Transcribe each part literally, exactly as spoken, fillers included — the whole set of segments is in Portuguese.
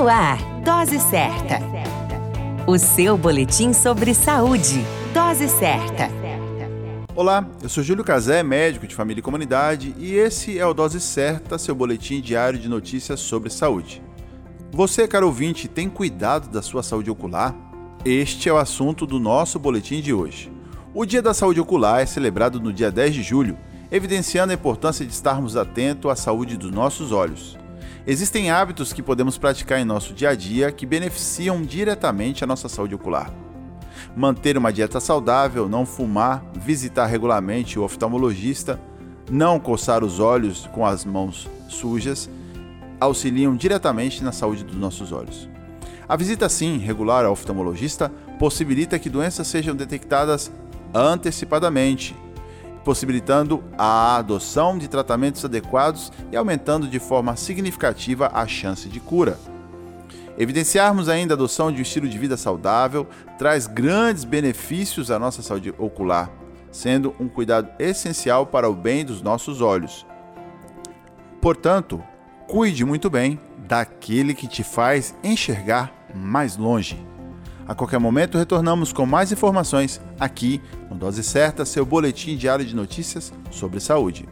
No ar, Dose Certa. O seu boletim sobre saúde. Dose Certa. Olá, eu sou Júlio Cazé, médico de família e comunidade, e esse é o Dose Certa, seu boletim diário de notícias sobre saúde. Você, caro ouvinte, tem cuidado da sua saúde ocular? Este é o assunto do nosso boletim de hoje. O Dia da Saúde Ocular é celebrado no dia dez de julho, evidenciando a importância de estarmos atentos à saúde dos nossos olhos. Existem hábitos que podemos praticar em nosso dia a dia que beneficiam diretamente a nossa saúde ocular. Manter uma dieta saudável, não fumar, visitar regularmente o oftalmologista, não coçar os olhos com as mãos sujas, auxiliam diretamente na saúde dos nossos olhos. A visita, sim, regular ao oftalmologista possibilita que doenças sejam detectadas antecipadamente, possibilitando a adoção de tratamentos adequados e aumentando de forma significativa a chance de cura. Evidenciarmos ainda a adoção de um estilo de vida saudável traz grandes benefícios à nossa saúde ocular, sendo um cuidado essencial para o bem dos nossos olhos. Portanto, cuide muito bem daquele que te faz enxergar mais longe. A qualquer momento retornamos com mais informações aqui no Dose Certa, seu boletim diário de notícias sobre saúde.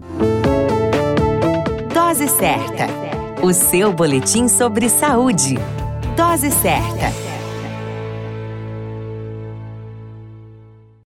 Dose Certa, o seu boletim sobre saúde. Dose Certa.